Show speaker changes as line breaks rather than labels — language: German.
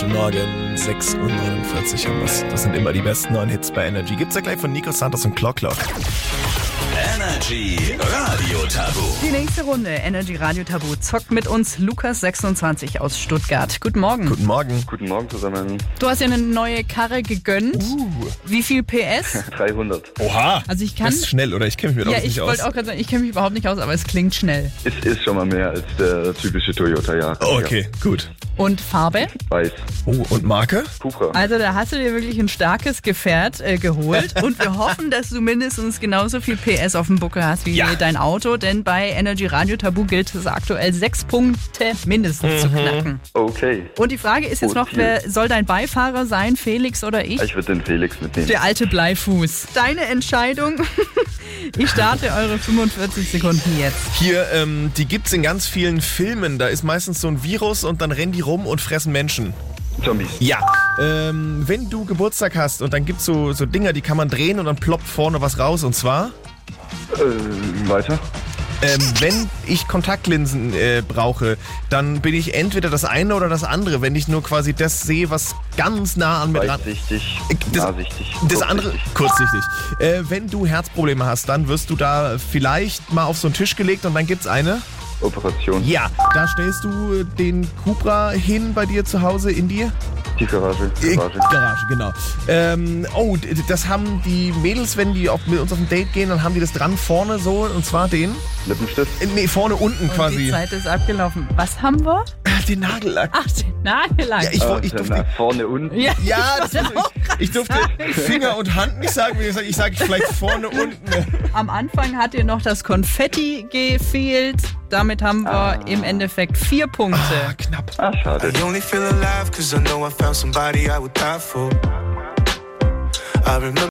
Guten Morgen, 6:49 Uhr haben wir's. Das sind immer die besten neuen Hits bei Energy. Gibt's ja gleich von Nico Santos und Clock Clock.
Energy Radio Tabu.
Die nächste Runde Energy Radio Tabu zockt mit uns Lukas 26 aus Stuttgart. Guten Morgen.
Guten Morgen.
Guten Morgen zusammen.
Du hast dir eine neue Karre gegönnt. Wie viel PS?
300.
Oha.
Also ich kann...
Das ist schnell, oder? Ich kenne mich mit
Ja,
Autos
ich
nicht
wollte
aus.
auch gerade sagen, ich kenne mich überhaupt nicht aus, aber es klingt schnell.
Es ist schon mal mehr als der typische Toyota, ja.
Okay, gut.
Und Farbe?
Ja, weiß.
Oh, und Marke?
Cupra.
Also da hast du dir wirklich ein starkes Gefährt geholt und wir hoffen, dass du mindestens genauso viel PS auf dem Buckel hast wie dein Auto, denn bei Energy Radio Tabu gilt es aktuell 6 Punkte mindestens zu knacken.
Okay.
Und die Frage ist jetzt noch, wer soll dein Beifahrer sein, Felix oder ich?
Ich würde den Felix mitnehmen.
Der alte Bleifuß. Deine Entscheidung. Ich starte eure 45 Sekunden jetzt.
Hier, die gibt's in ganz vielen Filmen. Da ist meistens so ein Virus und dann rennen die rum und fressen Menschen.
Zombies.
Ja. Wenn du Geburtstag hast und dann gibt's so Dinger, die kann man drehen und dann ploppt vorne was raus. Und zwar,
Weiter.
wenn ich Kontaktlinsen brauche, dann bin ich entweder das eine oder das andere, wenn ich nur quasi das sehe, was ganz nah an mir dran ist.
Weitsichtig,
Das
nahsichtig,
Das andere, kurzsichtig. Wenn du Herzprobleme hast, dann wirst du da vielleicht mal auf so einen Tisch gelegt und dann gibt's eine.
Operation.
Ja, da stellst du den Cupra hin bei dir zu Hause in dir?
Die Garage.
Garage, genau. Das haben die Mädels, wenn die mit uns auf ein Date gehen, dann haben die das dran vorne so, und zwar den?
Lippenstift.
Nee, vorne unten
Und die
quasi.
Zeit ist abgelaufen. Was haben wir?
Den Nagellack.
Ach, den Nagellack.
Ja, ich durfte...
Vorne unten.
Ja,
Ja, ich durfte Finger und Hand nicht sagen. Ich sage vielleicht vorne unten.
Am Anfang hat dir noch das Konfetti gefehlt. Damit haben wir im Endeffekt 4 Punkte.
Knapp.
Schade.
I only feel alive 'cause I know I found somebody I would die for. I remember